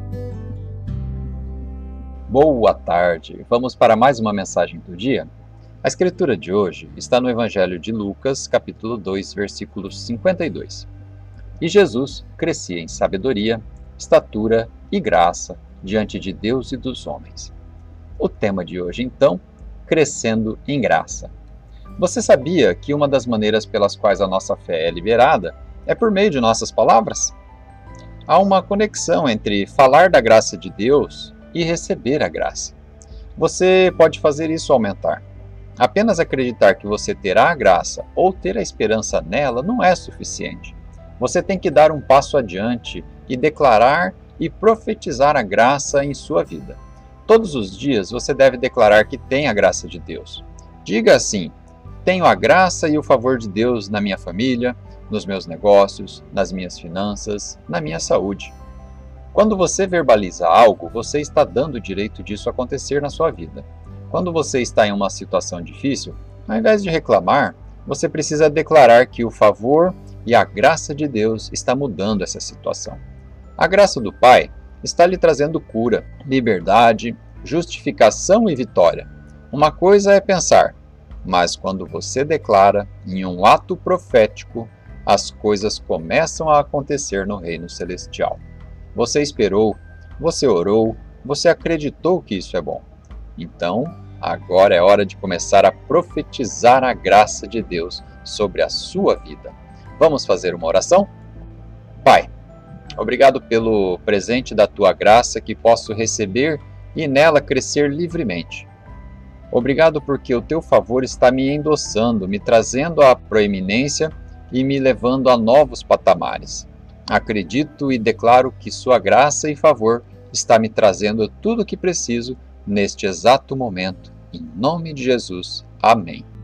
Boa tarde! Vamos para mais uma mensagem do dia? A escritura de hoje está no Evangelho de Lucas, capítulo 2, versículo 52. E Jesus crescia em sabedoria, estatura e graça diante de Deus e dos homens. O tema de hoje, então, crescendo em graça. Você sabia que uma das maneiras pelas quais a nossa fé é liberada é por meio de nossas palavras? Há uma conexão entre falar da graça de Deus e receber a graça. Você pode fazer isso aumentar. Apenas acreditar que você terá a graça ou ter a esperança nela não é suficiente. Você tem que dar um passo adiante e declarar e profetizar a graça em sua vida. Todos os dias você deve declarar que tem a graça de Deus. Diga assim: tenho a graça e o favor de Deus na minha família, nos meus negócios, nas minhas finanças, na minha saúde. Quando você verbaliza algo, você está dando o direito disso acontecer na sua vida. Quando você está em uma situação difícil, ao invés de reclamar, você precisa declarar que o favor e a graça de Deus está mudando essa situação. A graça do Pai está lhe trazendo cura, liberdade, justificação e vitória. Uma coisa é pensar, mas quando você declara em um ato profético, as coisas começam a acontecer no reino celestial. Você esperou, você orou, você acreditou que isso é bom. Então, agora é hora de começar a profetizar a graça de Deus sobre a sua vida. Vamos fazer uma oração? Pai, obrigado pelo presente da tua graça que posso receber e nela crescer livremente. Obrigado porque o teu favor está me endossando, me trazendo à proeminência e me levando a novos patamares. Acredito e declaro que sua graça e favor está me trazendo tudo o que preciso neste exato momento. Em nome de Jesus. Amém.